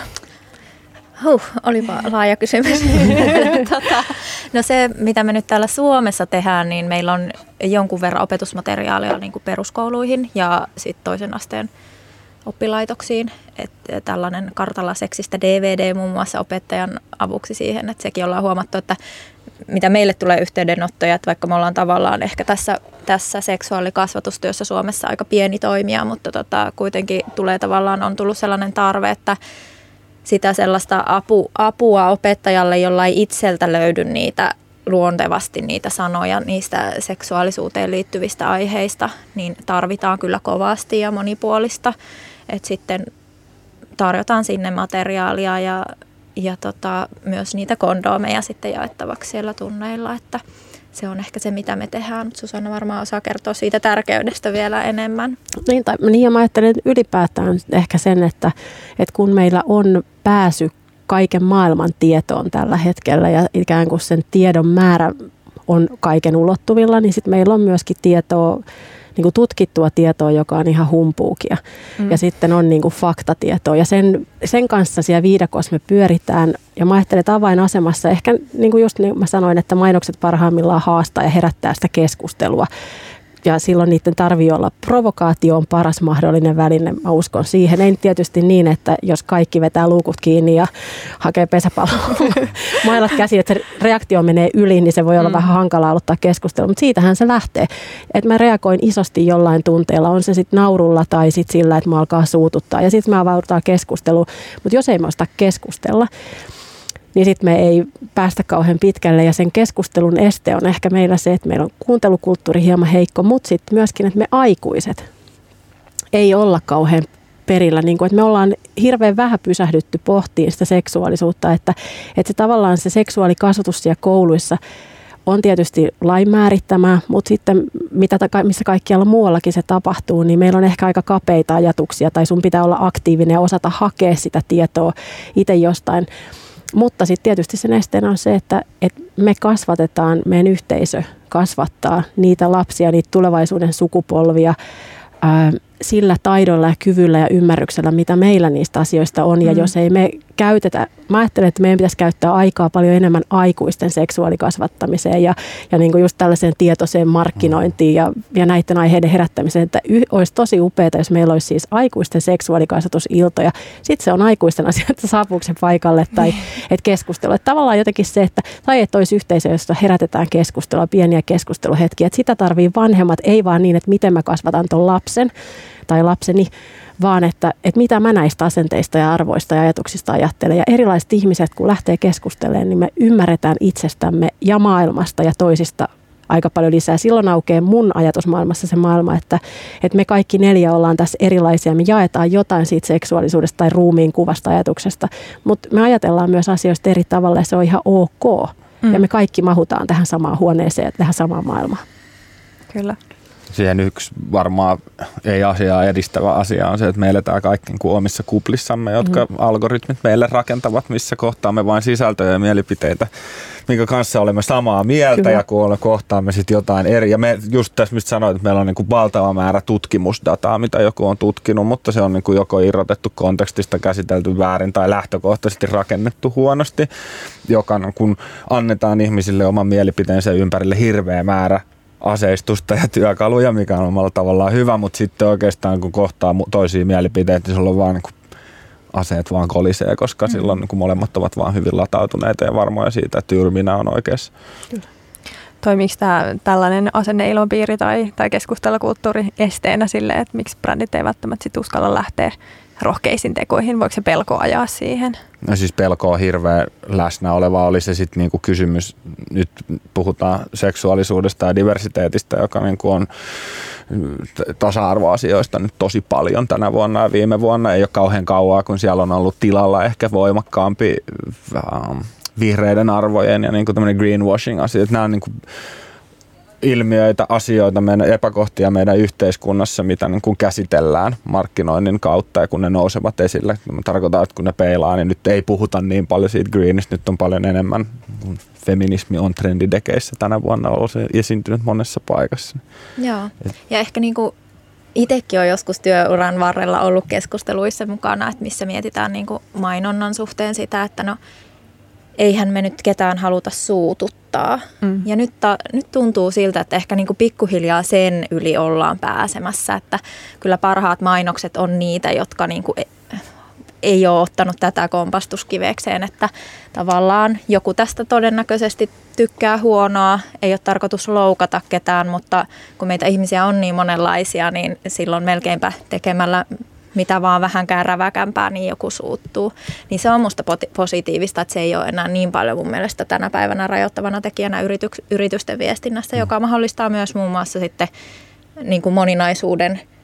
Huh, olipa laaja kysymys. tota, no se, mitä me nyt täällä Suomessa tehdään, niin meillä on jonkun verran opetusmateriaalia niin kuin peruskouluihin ja sitten toisen asteen oppilaitoksiin. Että tällainen Kartalla seksistä D V D muun muassa opettajan avuksi siihen, että sekin ollaan huomattu, että mitä meille tulee yhteydenottoja, että vaikka me ollaan tavallaan ehkä tässä, tässä seksuaalikasvatustyössä Suomessa aika pieni toimija, mutta tota, kuitenkin tulee tavallaan, on tullut sellainen tarve, että sitä sellaista apu, apua opettajalle, jolla ei itseltä löydy niitä luontevasti niitä sanoja niistä seksuaalisuuteen liittyvistä aiheista, niin tarvitaan kyllä kovasti ja monipuolista, että sitten tarjotaan sinne materiaalia ja Ja tota, myös niitä kondoomeja sitten jaettavaksi siellä tunneilla, että se on ehkä se, mitä me tehdään, mutta Susanna varmaan osaa kertoa siitä tärkeydestä vielä enemmän. Niin, tai, niin ja mä ajattelen ylipäätään ehkä sen, että, että kun meillä on pääsy kaiken maailman tietoon tällä hetkellä ja ikään kuin sen tiedon määrä on kaiken ulottuvilla, niin sitten meillä on myöskin tietoa, niin kuin tutkittua tietoa, joka on ihan humpuukia. Mm. Ja sitten on niin kuin faktatietoa. Ja sen, sen kanssa siellä viidakossa me pyöritään. Ja mä ajattelen, että avainasemassa ehkä, niin kuin just niin mä sanoin, että mainokset parhaimmillaan haastaa ja herättää sitä keskustelua. Ja silloin niiden tarvii olla, provokaatio on paras mahdollinen väline, mä uskon siihen. Ei tietysti niin, että jos kaikki vetää luukut kiinni ja hakee pesäpalloa mailat käsiin, että se reaktio menee yli, niin se voi olla mm. vähän hankalaa aloittaa keskustelua. Mutta siitähän se lähtee. Että mä reagoin isosti jollain tunteella, on se sitten naurulla tai sitten sillä, että mä alkaa suututtaa. Ja sitten me avaudutaan keskustelua. Mutta jos ei me osta keskustella, niin sitten me ei päästä kauhean pitkälle ja sen keskustelun este on ehkä meillä se, että meillä on kuuntelukulttuuri hieman heikko, mutta sitten myöskin, että me aikuiset ei olla kauhean perillä, niin kuin, että me ollaan hirveän vähän pysähdytty pohtiin sitä seksuaalisuutta, että, että se tavallaan se seksuaalikasvatus siellä kouluissa on tietysti lain määrittämää, mutta sitten mitä, missä kaikkialla muuallakin se tapahtuu, niin meillä on ehkä aika kapeita ajatuksia tai sun pitää olla aktiivinen ja osata hakea sitä tietoa itse jostain. Mutta sitten tietysti sen esteenä on se, että, että me kasvatetaan, meidän yhteisö kasvattaa niitä lapsia, niitä tulevaisuuden sukupolvia ää, sillä taidolla ja kyvyllä ja ymmärryksellä, mitä meillä niistä asioista on. Ja mm. jos ei me käytetä, mä ajattelen, että meidän pitäisi käyttää aikaa paljon enemmän aikuisten seksuaalikasvattamiseen ja, ja niin kuin just tällaiseen tietoiseen markkinointiin ja, ja näiden aiheiden herättämiseen. Että y, olisi tosi upeaa, jos meillä olisi siis aikuisten seksuaalikasvatusiltoja. Sitten se on aikuisten asia, että saapuuko se paikalle tai että keskustelu. Että tavallaan jotenkin se, että, tai että olisi yhteisö, jossa herätetään keskustelua, pieniä keskusteluhetkiä. Että sitä tarvii vanhemmat, ei vaan niin, että miten mä kasvatan ton lapsen tai lapseni, vaan että, että mitä mä näistä asenteista ja arvoista ja ajatuksista ajattelen. Ja erilaiset ihmiset, kun lähtee keskustelemaan, niin me ymmärretään itsestämme ja maailmasta ja toisista aika paljon lisää. Silloin aukeaa mun ajatusmaailmassa se maailma, että, että me kaikki neljä ollaan tässä erilaisia. Me jaetaan jotain siitä seksuaalisuudesta tai ruumiin kuvasta ajatuksesta, mutta me ajatellaan myös asioista eri tavalla ja se on ihan ok. Mm. Ja me kaikki mahutaan tähän samaan huoneeseen ja tähän samaan maailmaan. Kyllä. Siihen yksi varmaan ei asiaa edistävä asia on se, että me eletään kaikki niin kuin omissa kuplissamme, jotka mm. algoritmit meille rakentavat, missä kohtaamme vain sisältöjä ja mielipiteitä, minkä kanssa olemme samaa mieltä. Kyllä. Ja kun kohtaamme sitten jotain eri. Ja me just tässä, mistä sanoit, että meillä on niin kuin valtava määrä tutkimusdataa, mitä joku on tutkinut, mutta se on niin kuin joko irrotettu kontekstista, käsitelty väärin tai lähtökohtaisesti rakennettu huonosti, joka kun annetaan ihmisille oman mielipiteensä ympärille hirveä määrä aseistusta ja työkaluja, mikä on omalla tavallaan hyvä, mutta sitten oikeastaan kun kohtaa toisia mielipiteitä, niin sulla on vaan niin kuin aseet vaan kolisee, koska mm. silloin niin kuin molemmat ovat vaan hyvin latautuneita ja varmoja siitä, että juuri minä on oikeassa. Kyllä. Toimiiko tämä tällainen asenneilmapiiri tai, tai keskustelukulttuuri esteenä sille, että miksi brändit ei välttämättä sit uskalla lähteä rohkeisiin tekoihin? Voiko se pelko ajaa siihen? No siis pelko on hirveän läsnä oleva. Oli se sitten niinku kysymys, nyt puhutaan seksuaalisuudesta ja diversiteetistä, joka niinku on tasa-arvoasioista nyt tosi paljon tänä vuonna ja viime vuonna. Ei ole kauhean kauaa, kun siellä on ollut tilalla ehkä voimakkaampi ähm, vihreiden arvojen ja niinku tämmöinen greenwashing-asiat. Nämä on niinku ilmiöitä, asioita, meidän epäkohtia meidän yhteiskunnassa, mitä niin kuin käsitellään markkinoinnin kautta ja kun ne nousevat esille. Tarkoitan, että kun ne peilaa, niin nyt ei puhuta niin paljon siitä greenistä, nyt on paljon enemmän. Feminismi on trendidekeissä tänä vuonna, on se esiintynyt monessa paikassa. Joo, ja ehkä niin kuin itsekin on joskus työuran varrella ollut keskusteluissa mukana, että missä mietitään niin kuin mainonnan suhteen sitä, että no eihän me nyt ketään haluta suututtaa. Mm. Ja nyt, ta, nyt tuntuu siltä, että ehkä niinku pikkuhiljaa sen yli ollaan pääsemässä, että kyllä parhaat mainokset on niitä, jotka niinku ei ole ottanut tätä kompastuskivekseen, että tavallaan joku tästä todennäköisesti tykkää huonoa, ei ole tarkoitus loukata ketään, mutta kun meitä ihmisiä on niin monenlaisia, niin silloin melkeinpä tekemällä mitä vaan vähänkään räväkämpää, niin joku suuttuu. Niin se on musta positiivista, että se ei ole enää niin paljon mun mielestä tänä päivänä rajoittavana tekijänä yrityks- yritysten viestinnässä, joka mahdollistaa myös muun muassa sitten niin kuin moninaisuuden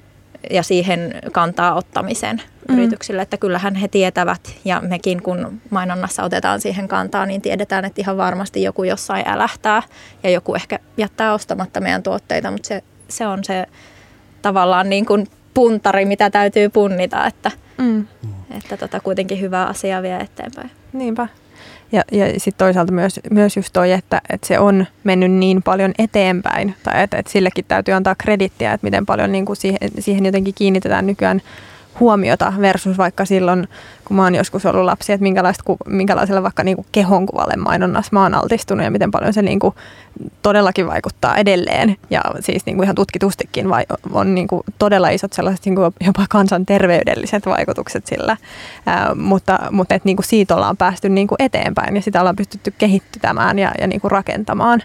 ja siihen kantaa ottamisen mm. yrityksille, että kyllähän he tietävät ja mekin kun mainonnassa otetaan siihen kantaa, niin tiedetään, että ihan varmasti joku jossain älähtää ja joku ehkä jättää ostamatta meidän tuotteita, mutta se, se on se tavallaan niin kuin puntari, mitä täytyy punnita, että, mm. että tota kuitenkin hyvää asiaa vie eteenpäin. Niinpä. Ja, ja sitten toisaalta myös, myös just toi, että, että se on mennyt niin paljon eteenpäin, tai että, että sillekin täytyy antaa kredittiä, että miten paljon niin kuin siihen, siihen jotenkin kiinnitetään nykyään huomiota versus vaikka silloin, kun mä oon joskus ollut lapsi, että minkälaisella vaikka niin kuin kehonkuvalle mainonnassa mä oon altistunut ja miten paljon se niin kuin todellakin vaikuttaa edelleen. Ja siis niin kuin ihan tutkitustikin vai, on niin kuin todella isot sellaiset niin kuin jopa kansanterveydelliset vaikutukset sillä, Ää, mutta, mutta että niin kuin siitä ollaan päästy niin kuin eteenpäin ja sitä ollaan pystytty kehittämään ja, ja niin kuin rakentamaan.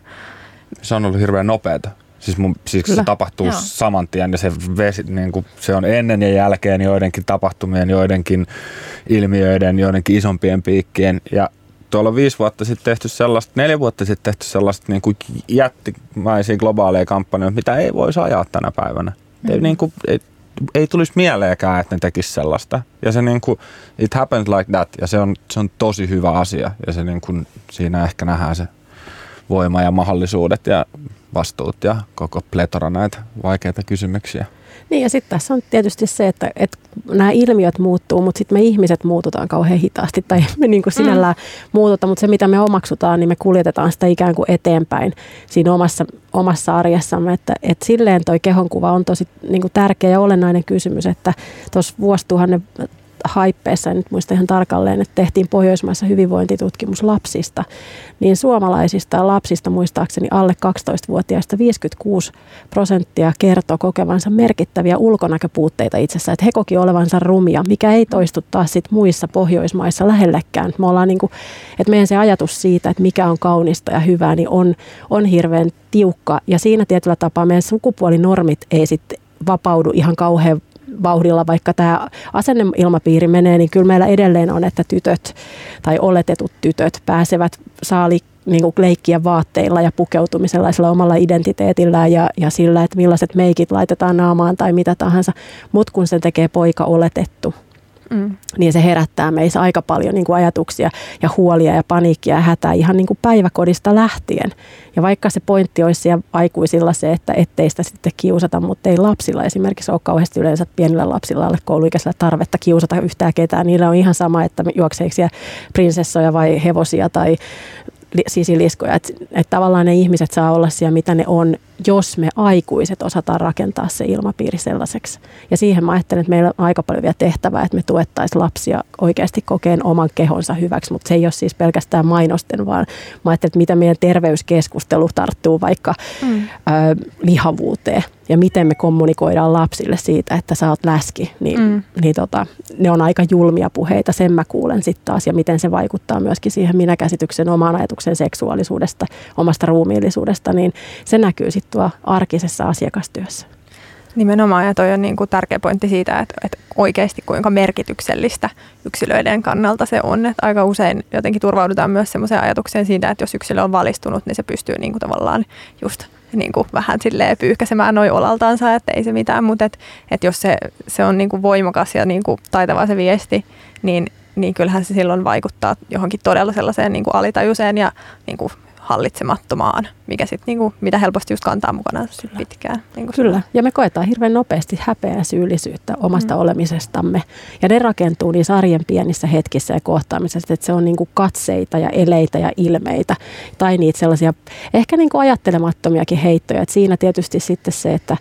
Se on ollut hirveän nopeata. Siis, mun, siis se tapahtuu Joo. saman tien ja se, vesi, niin kuin, se on ennen ja jälkeen joidenkin tapahtumien, joidenkin ilmiöiden, joidenkin isompien piikkien. Ja tuolla on viisi vuotta sitten tehty sellaista, neljä vuotta sitten tehty sellaista niin kuin jättimäisiä globaaleja kampanjoita, mitä ei voisi ajaa tänä päivänä. Mm-hmm. Ei, niin kuin, ei, ei tulisi mieleenkään, että ne tekisi sellaista. Ja se niin kuin, it happens like that ja se on, se on tosi hyvä asia ja se niin kuin, siinä ehkä nähdään se voima ja mahdollisuudet ja vastuut ja koko pletora näitä vaikeita kysymyksiä. Niin ja sitten tässä on tietysti se, että, että nämä ilmiöt muuttuu, mutta sitten me ihmiset muututaan kauhean hitaasti tai me niin kuin sinällään mm. muututa, mutta se mitä me omaksutaan, niin me kuljetetaan sitä ikään kuin eteenpäin siinä omassa, omassa arjessamme, että, että silleen toi kehonkuva on tosi niin kuin tärkeä ja olennainen kysymys, että tuossa vuosituhannen haippeessa, en nyt muista ihan tarkalleen, että tehtiin Pohjoismaissa hyvinvointitutkimus lapsista, niin suomalaisista lapsista muistaakseni alle kaksitoistavuotiaista viisikymmentäkuusi prosenttia kertoo kokevansa merkittäviä ulkonäköpuutteita itsessään, että he koki olevansa rumia, mikä ei toistu taas sit muissa Pohjoismaissa lähellekään. Me ollaan niin kuin, että meidän se ajatus siitä, että mikä on kaunista ja hyvää, niin on, on hirveän tiukka ja siinä tietyllä tapaa meidän sukupuolinormit ei sitten vapaudu ihan kauhean vauhdilla, vaikka tämä asenneilmapiiri menee, niin kyllä meillä edelleen on, että tytöt tai oletetut tytöt pääsevät saali niin kuin leikkiä vaatteilla ja pukeutumisella sillä omalla identiteetillään ja, ja sillä, että millaiset meikit laitetaan naamaan tai mitä tahansa, mutta kun sen tekee poika oletettu, Mm. niin se herättää meissä aika paljon niin kuin ajatuksia ja huolia ja paniikkia ja hätää ihan niin kuin päiväkodista lähtien. Ja vaikka se pointti olisi siellä aikuisilla se, että ettei sitä sitten kiusata, mutta ei lapsilla esimerkiksi ole kauheasti yleensä pienillä lapsilla alle kouluikäisellä tarvetta kiusata yhtään ketään. Niillä on ihan sama, että juokseeko siellä prinsessoja vai hevosia tai sisiliskoja. Että et tavallaan ne ihmiset saa olla siellä, mitä ne on, jos me aikuiset osataan rakentaa se ilmapiiri sellaiseksi. Ja siihen mä ajattelen, että meillä on aika paljon vielä tehtävää, että me tuettaisiin lapsia oikeasti kokeen oman kehonsa hyväksi, mutta se ei ole siis pelkästään mainosten, vaan mä ajattelen, että mitä meidän terveyskeskustelu tarttuu vaikka mm. ö, lihavuuteen ja miten me kommunikoidaan lapsille siitä, että sä oot läski, niin, mm. niin tota, ne on aika julmia puheita, sen mä kuulen sitten taas, ja miten se vaikuttaa myöskin siihen minäkäsityksen, omaan ajatuksen seksuaalisuudesta, omasta ruumiillisuudesta, niin se näkyy sitten tuo arkisessa asiakastyössä. Nimenomaan, ja toi on niin kuin tärkeä pointti siitä, että, että oikeasti kuinka merkityksellistä yksilöiden kannalta se on. Että aika usein jotenkin turvaudutaan myös semmoiseen ajatukseen siitä, että jos yksilö on valistunut, niin se pystyy niin kuin tavallaan just niin kuin vähän silleen pyyhkäsemään noi olaltaansa, että ei se mitään, mutta että, että jos se, se on niin kuin voimakas ja niin kuin taitava se viesti, niin, niin kyllähän se silloin vaikuttaa johonkin todella sellaiseen niin kuin alitajuiseen ja niin kuin hallitsemattomaan, mikä sit, niinku, mitä helposti just kantaa mukana pitkään. Niinku Kyllä, ja me koetaan hirveän nopeasti häpeää ja syyllisyyttä omasta mm. olemisestamme. Ja ne rakentuu niissä arjen pienissä hetkissä ja kohtaamisessa, että se on niinku katseita ja eleitä ja ilmeitä. Tai niitä sellaisia ehkä niinku ajattelemattomiakin heittoja. Et siinä tietysti sitten se, että,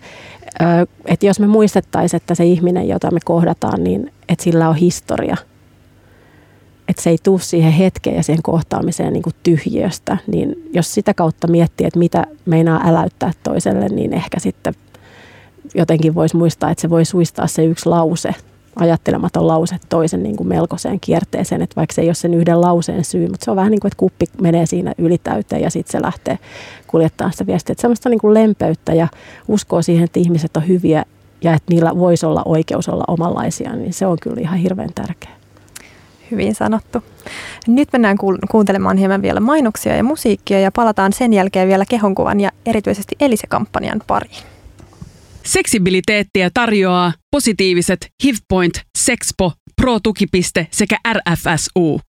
että jos me muistettaisiin, että se ihminen, jota me kohdataan, niin että sillä on historia. Että se ei tule siihen hetkeen ja siihen kohtaamiseen niin kuin tyhjiöstä, niin jos sitä kautta miettii, että mitä meinaa äläyttää toiselle, niin ehkä sitten jotenkin voisi muistaa, että se voi suistaa se yksi lause, ajattelematon lause toisen niin kuin melkoiseen kierteeseen, että vaikka se ei ole sen yhden lauseen syy, mutta se on vähän niin kuin, että kuppi menee siinä ylitäyteen ja sitten se lähtee kuljettamaan sitä viestiä. Että semmoista niin kuin lempeyttä ja uskoo siihen, että ihmiset on hyviä ja että niillä voisi olla oikeus olla omanlaisia, niin se on kyllä ihan hirveän tärkeää. Hyvin sanottu. Nyt mennään kuuntelemaan hieman vielä mainoksia ja musiikkia ja palataan sen jälkeen vielä kehonkuvan ja erityisesti Elise-kampanjan pariin. Seksibiliteettiä tarjoaa positiiviset HIVPoint, Sexpo, Pro-tukipiste sekä R F S U.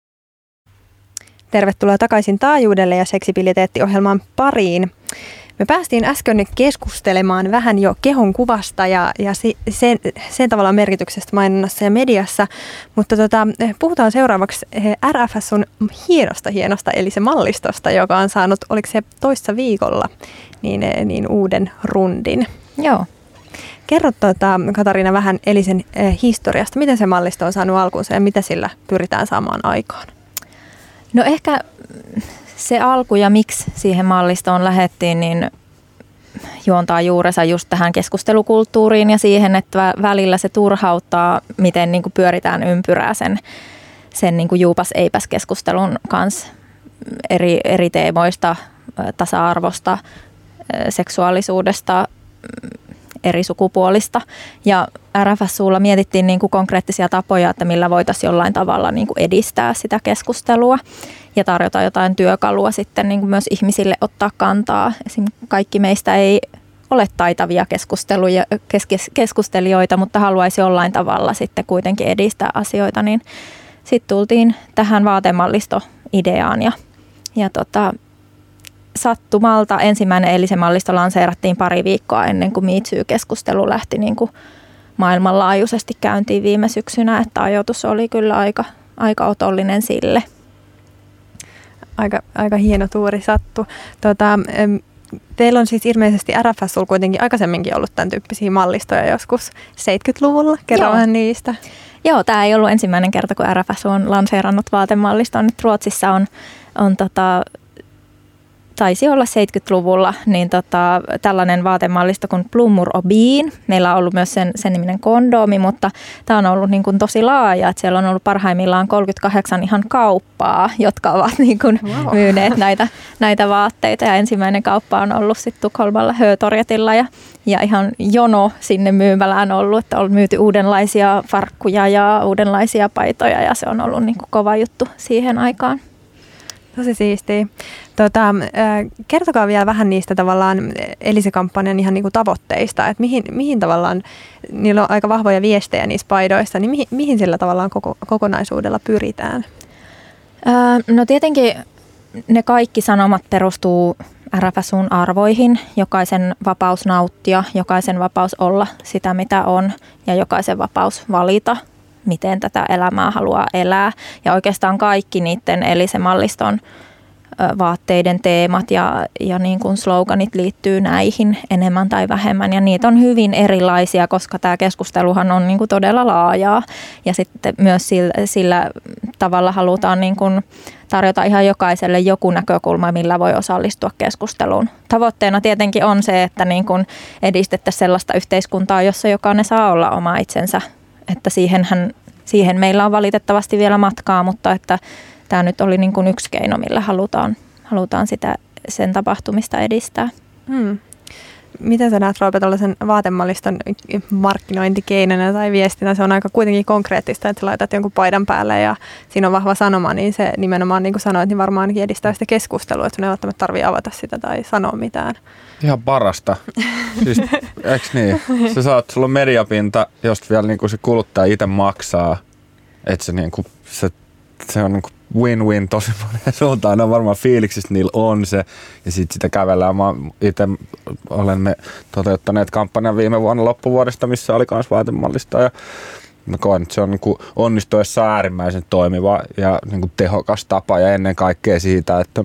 Tervetuloa takaisin taajuudelle ja seksibiliteettiohjelman pariin. Me päästiin äsken keskustelemaan vähän jo kehon kuvasta ja, ja sen, sen tavallaan merkityksestä mainonnassa ja mediassa, mutta tota, puhutaan seuraavaksi R F S:n hienosta hienosta, eli se mallistosta, joka on saanut, oliko se toissa viikolla, niin, niin uuden rundin. Joo. Kerro tuota, Katariina vähän Elisen historiasta, miten se mallisto on saanut alkuunsa ja mitä sillä pyritään saamaan aikaan? No ehkä se alku ja miksi siihen mallistoon lähdettiin, niin juontaa juurensa just tähän keskustelukulttuuriin ja siihen, että välillä se turhauttaa, miten niin kuin pyöritään ympyrää sen, sen niin kuin juupas-eipäs-keskustelun kanssa eri, eri teemoista, tasa-arvosta, seksuaalisuudesta, eri sukupuolista. Ja R F S U:lla mietittiin niin kuin konkreettisia tapoja, että millä voitaisiin jollain tavalla niin kuin edistää sitä keskustelua ja tarjota jotain työkalua sitten niin kuin myös ihmisille ottaa kantaa. Esimerkiksi kaikki meistä ei ole taitavia keskusteluja, keskustelijoita, mutta haluaisi jollain tavalla sitten kuitenkin edistää asioita, niin sitten tultiin tähän vaatemallisto-ideaan ja, ja tota, sattumalta ensimmäinen Elisen mallisto lanseerattiin pari viikkoa ennen kuin Me Too-keskustelu lähti niin kuin maailmanlaajuisesti käyntiin viime syksynä, että ajoitus oli kyllä aika, aika otollinen sille. Aika, aika hieno tuuri sattu. Tota, teillä on siis ilmeisesti R F S:llä kuitenkin aikaisemminkin ollut tämän tyyppisiä mallistoja joskus seitsemänkymmentäluvulla. Kerro vähän niistä. Joo, tämä ei ollut ensimmäinen kerta, kun R F S on lanseerannut vaatemalliston. Nyt Ruotsissa on, on tota, taisi olla seitsemänkymmentäluvulla, niin tota, tällainen vaatemallisto kuin Blommor och Bean. Meillä on ollut myös sen, sen niminen kondoomi, mutta tämä on ollut niin kuin tosi laaja. Että siellä on ollut parhaimmillaan kolmekymmentäkahdeksan ihan kauppaa, jotka ovat niin kuin wow. myyneet näitä, näitä vaatteita. Ja ensimmäinen kauppa on ollut sitten Tukholmalla Hötorgetilla ja, ja ihan jono sinne myymälään ollut. Että on myyty uudenlaisia farkkuja ja uudenlaisia paitoja ja se on ollut niin kuin kova juttu siihen aikaan. Tosi siistiä. Tota, kertokaa vielä vähän niistä tavallaan Elise-kampanjan ihan niinku tavoitteista, että mihin, mihin tavallaan, niillä on aika vahvoja viestejä niissä paidoissa, niin mihin, mihin sillä tavallaan koko, kokonaisuudella pyritään? Öö, no tietenkin ne kaikki sanomat perustuu R F S U:n arvoihin, jokaisen vapaus nauttia, jokaisen vapaus olla sitä mitä on ja jokaisen vapaus valita, miten tätä elämää haluaa elää. Ja oikeastaan kaikki niiden Elise-malliston vaatteiden teemat ja, ja niin kuin sloganit liittyy näihin enemmän tai vähemmän. Ja niitä on hyvin erilaisia, koska tämä keskusteluhan on niin kuin todella laajaa. Ja sitten myös sillä, sillä tavalla halutaan niin kuin tarjota ihan jokaiselle joku näkökulma, millä voi osallistua keskusteluun. Tavoitteena tietenkin on se, että niin kuin edistettäisiin sellaista yhteiskuntaa, jossa jokainen saa olla oma itsensä. Että siihenhän, siihen meillä on valitettavasti vielä matkaa, mutta että tämä nyt oli niin kuin yksi keino, millä halutaan, halutaan sitä, sen tapahtumista edistää. Hmm. Miten sä näet, Roope, tällaisen vaatemalliston markkinointikeinona tai viestinä? Se on aika kuitenkin konkreettista, että sä laitat jonkun paidan päälle ja siinä on vahva sanoma, niin se nimenomaan, niin kuin sanoit, niin varmaan ainakin edistää sitä keskustelua, että sun ei välttämättä tarvitse avata sitä tai sanoa mitään. Ihan parasta. Siis, eiks niin? Sä saat, sulla on mediapinta, josta vielä niin kuin se kuluttaja itse maksaa, että se, niin kuin, se, se on niin kuin win-win tosi moneen suuntaan. Ne on varmaan fiiliksistä, niillä on se. Ja sitten sitä kävellään. Mä itse olemme toteuttaneet kampanjan viime vuonna loppuvuodesta, missä oli myös vaatemallista. Ja mä koen, että se on niin kuin onnistuessa äärimmäisen toimiva ja niin kuin tehokas tapa. Ja ennen kaikkea siitä, että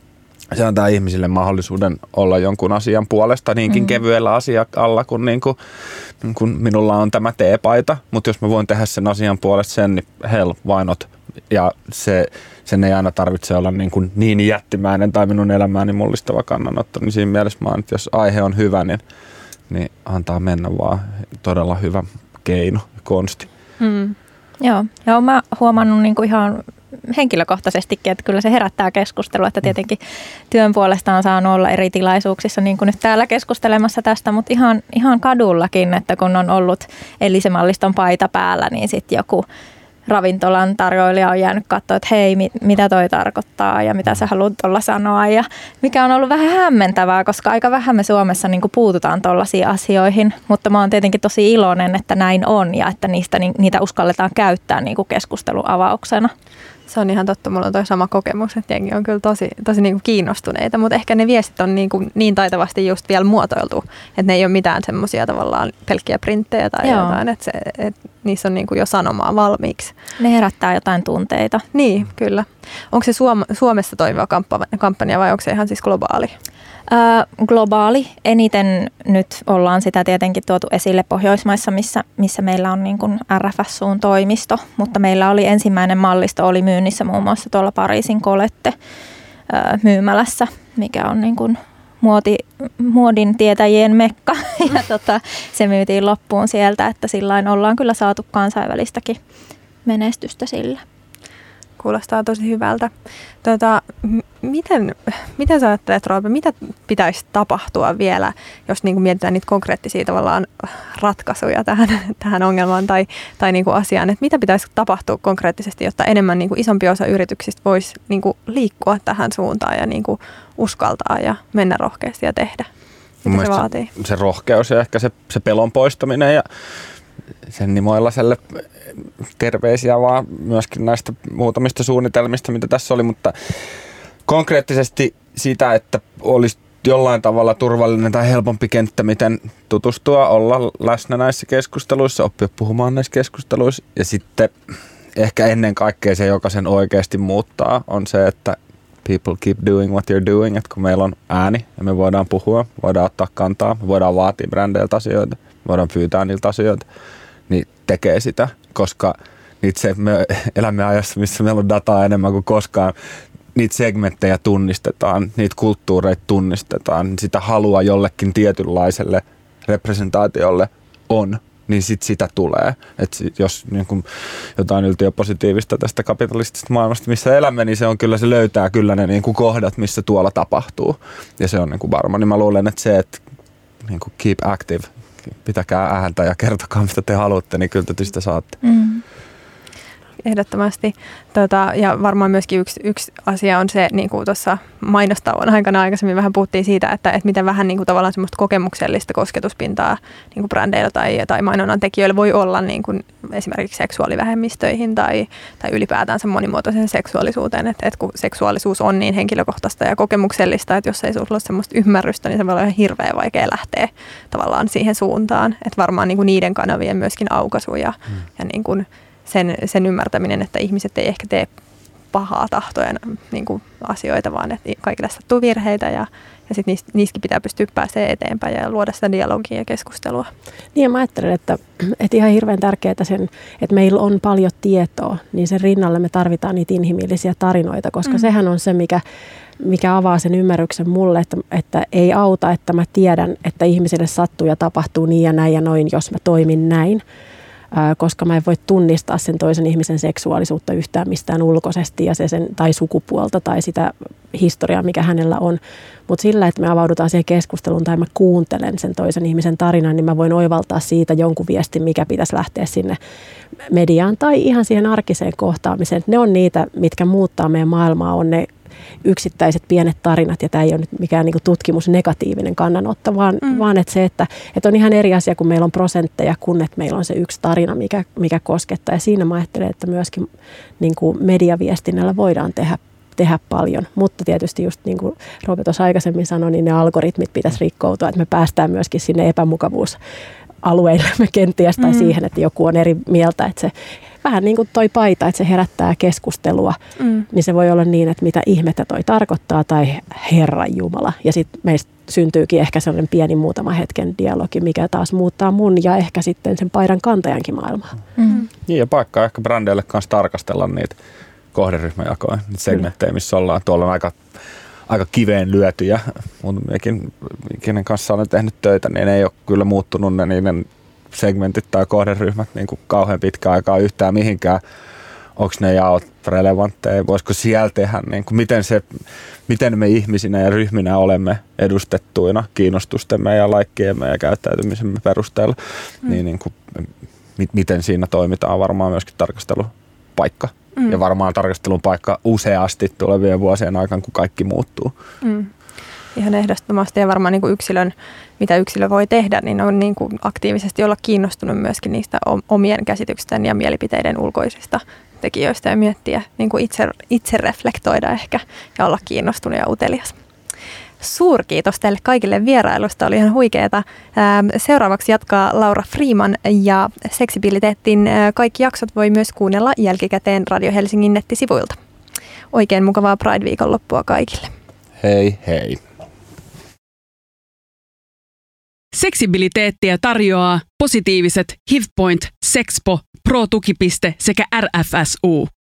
se antaa ihmisille mahdollisuuden olla jonkun asian puolesta niinkin mm. kevyellä asialla, kun, niin kuin, niin kuin minulla on tämä teepaita. Mutta jos mä voin tehdä sen asian puolesta sen, niin hell, why not? Ja se, sen ei aina tarvitse olla niin, kuin niin jättimäinen tai minun elämääni mullistava kannanotto. Niin siinä mielessä mä oon, että jos aihe on hyvä, niin, niin antaa mennä vaan. Todella hyvä keino ja konsti. Mm. Joo, ja oon mä huomannut niin kuin ihan henkilökohtaisestikin, että kyllä se herättää keskustelua, että tietenkin työn puolesta on saanut olla eri tilaisuuksissa, niin kuin nyt täällä keskustelemassa tästä, mutta ihan, ihan kadullakin, että kun on ollut Elise-malliston paita päällä, niin sitten joku ravintolan tarjoilija on jäänyt katsoa, että hei, mit, mitä toi tarkoittaa ja mitä sä haluat tuolla sanoa. Ja mikä on ollut vähän hämmentävää, koska aika vähän me Suomessa niin kuin puututaan tuollaisiin asioihin, mutta mä oon tietenkin tosi iloinen, että näin on ja että niistä, niitä uskalletaan käyttää niin kuin keskustelun avauksena. Se on ihan totta. Mulla on toi sama kokemus, että jengi on kyllä tosi, tosi niinku kiinnostuneita, mutta ehkä ne viestit on niinku niin taitavasti just vielä muotoiltu, että ne ei ole mitään semmoisia tavallaan pelkkiä printtejä tai Joo. jotain, että, se, että niissä on niinku jo sanomaa valmiiksi. Ne herättää jotain tunteita. Niin, kyllä. Onko se Suom- Suomessa toimiva kampanja vai onko se ihan siis globaali? Äh, globaali. Eniten nyt ollaan sitä tietenkin tuotu esille Pohjoismaissa, missä, missä meillä on niin kuin R F S U:n toimisto, mutta meillä oli ensimmäinen mallisto oli myynnissä muun muassa tuolla Pariisin Colette äh, myymälässä, mikä on niin kuin muoti, muodin tietäjien mekka ja tota, se myytiin loppuun sieltä, että sillain ollaan kyllä saatu kansainvälistäkin menestystä sillä. Kuulostaa tosi hyvältä. Tota, miten, miten sä ajattelet, Roope, mitä pitäisi tapahtua vielä, jos niin kuin mietitään niitä konkreettisia tavallaan ratkaisuja tähän, tähän ongelmaan tai, tai niin kuin asiaan, että mitä pitäisi tapahtua konkreettisesti, jotta enemmän niin kuin isompi osa yrityksistä voisi niin kuin liikkua tähän suuntaan ja niin kuin uskaltaa ja mennä rohkeasti ja tehdä? Mitä se vaatii? Se, se rohkeus ja ehkä se, se pelon poistaminen ja sen Nimoilaselle terveisiä vaan myöskin näistä muutamista suunnitelmista, mitä tässä oli, mutta konkreettisesti sitä, että olisi jollain tavalla turvallinen tai helpompi kenttä, miten tutustua, olla läsnä näissä keskusteluissa, oppia puhumaan näissä keskusteluissa ja sitten ehkä ennen kaikkea se, joka sen oikeasti muuttaa, on se, että people keep doing what you're doing, että kun meillä on ääni ja me voidaan puhua, voidaan ottaa kantaa, me voidaan vaatia brändeiltä asioita, voidaan pyytää niiltä asioita, niin tekee sitä, koska niitä se, me elämme ajassa, missä meillä on dataa enemmän kuin koskaan, niitä segmenttejä tunnistetaan, niitä kulttuureita tunnistetaan, sitä halua jollekin tietynlaiselle representaatiolle on, niin sit sitä tulee. Et jos niin kun jotain yltiöpositiivista tästä kapitalistisesta maailmasta, missä elämme, niin se on kyllä, se löytää kyllä ne niin kun kohdat, missä tuolla tapahtuu. Ja se on niin kun varma. Niin mä luulen, että se, että niin kun keep active, pitäkää ääntä ja kertokaa, mitä te haluatte, niin kyllä te sitä saatte. Mm. Ehdottomasti. Tota, ja varmaan myöskin yksi, yksi asia on se, niin kuin tuossa mainostauon aikana aikaisemmin vähän puhuttiin siitä, että, että miten vähän niin kuin tavallaan semmoista kokemuksellista kosketuspintaa niin kuin brändeillä tai, tai mainonnan tekijöillä voi olla niin kuin esimerkiksi seksuaalivähemmistöihin tai, tai ylipäätänsä monimuotoisen seksuaalisuuteen. Että, että kun seksuaalisuus on niin henkilökohtaista ja kokemuksellista, että jos ei sinulla ole semmoista ymmärrystä, niin se voi olla ihan hirveän vaikea lähteä tavallaan siihen suuntaan. Että varmaan niin kuin niiden kanavien myöskin aukaisu ja, hmm. ja niin kuin Sen, sen ymmärtäminen, että ihmiset ei ehkä tee pahaa tahtojen niin kuin asioita, vaan että kaikille sattuu virheitä ja, ja sitten niistä, niistäkin pitää pystyä pääsemään eteenpäin ja luoda sitä dialogia ja keskustelua. Niin ja mä ajattelen, että, että ihan hirveän tärkeää sen, että meillä on paljon tietoa, niin sen rinnalle me tarvitaan niitä inhimillisiä tarinoita, koska mm. sehän on se, mikä, mikä avaa sen ymmärryksen mulle, että, että ei auta, että mä tiedän, että ihmisille sattuu ja tapahtuu niin ja näin ja noin, jos mä toimin näin. Koska mä en voi tunnistaa sen toisen ihmisen seksuaalisuutta yhtään mistään ulkoisesti ja se sen, tai sukupuolta tai sitä historiaa, mikä hänellä on. Mutta sillä, että me avaudutaan siihen keskusteluun tai mä kuuntelen sen toisen ihmisen tarinan, niin mä voin oivaltaa siitä jonkun viestin, mikä pitäisi lähteä sinne mediaan tai ihan siihen arkiseen kohtaamiseen. Ne on niitä, mitkä muuttaa meidän maailmaa, on ne yksittäiset pienet tarinat, ja tämä ei ole nyt mikään niinku tutkimus negatiivinen kannanotto, vaan, mm. vaan että se, että, että on ihan eri asia, kun meillä on prosentteja, kun että meillä on se yksi tarina, mikä, mikä koskettaa. Ja siinä mä ajattelen, että myöskin niinku mediaviestinnällä voidaan tehdä, tehdä paljon, mutta tietysti just niin kuin Roope tuossa aikaisemmin sanoi, niin ne algoritmit pitäisi rikkoutua, että me päästään myöskin sinne epämukavuusalueillemme kenties tai mm. siihen, että joku on eri mieltä, että se vähän niin kuin toi paita, että se herättää keskustelua, mm. niin se voi olla niin, että mitä ihmettä toi tarkoittaa tai Herran Jumala. Ja sitten meistä syntyykin ehkä sellainen pieni muutama hetken dialogi, mikä taas muuttaa mun ja ehkä sitten sen paidan kantajankin maailmaa. Mm. Niin ja paikkaa ehkä brändeille kanssa tarkastella niitä kohderyhmäjakoja, niitä segmenttejä, missä ollaan. Tuolla on aika, aika kiveen lyötyjä, mutta mekin, kenen kanssa olen tehnyt töitä, niin ei ole kyllä muuttunut ne niiden segmentit tai kohderyhmät niin kuin kauhean pitkä aikaa yhtään mihinkään. Onko ne jaot relevantteja? Voisiko siellä tehdä, niin kuin miten, se, miten me ihmisinä ja ryhminä olemme edustettuina kiinnostustemme ja laikkiemme ja käyttäytymisemme perusteella. Mm. Niin, niin kuin, miten siinä toimitaan varmaan myöskin tarkastelu paikka. Mm. Ja varmaan tarkastelun paikka useasti tulevien vuosien aikana, kun kaikki muuttuu. Mm. Ihan ehdottomasti ja varmaan niin kuin yksilön, mitä yksilö voi tehdä, niin on niin kuin aktiivisesti olla kiinnostunut myöskin niistä omien käsitysten ja mielipiteiden ulkoisista tekijöistä ja miettiä, niin kuin itse, itse reflektoida ehkä ja olla kiinnostunut ja utelias. Suurkiitos teille kaikille vierailusta, oli ihan huikeeta. Seuraavaksi jatkaa Laura Freeman ja Seksibiliteetin kaikki jaksot voi myös kuunnella jälkikäteen Radio Helsingin nettisivuilta. Oikein mukavaa Pride-viikonloppua kaikille. Hei hei. Seksibiliteettiä tarjoaa positiiviset HIVPoint, Sexpo, Pro-tukipiste sekä R F S U.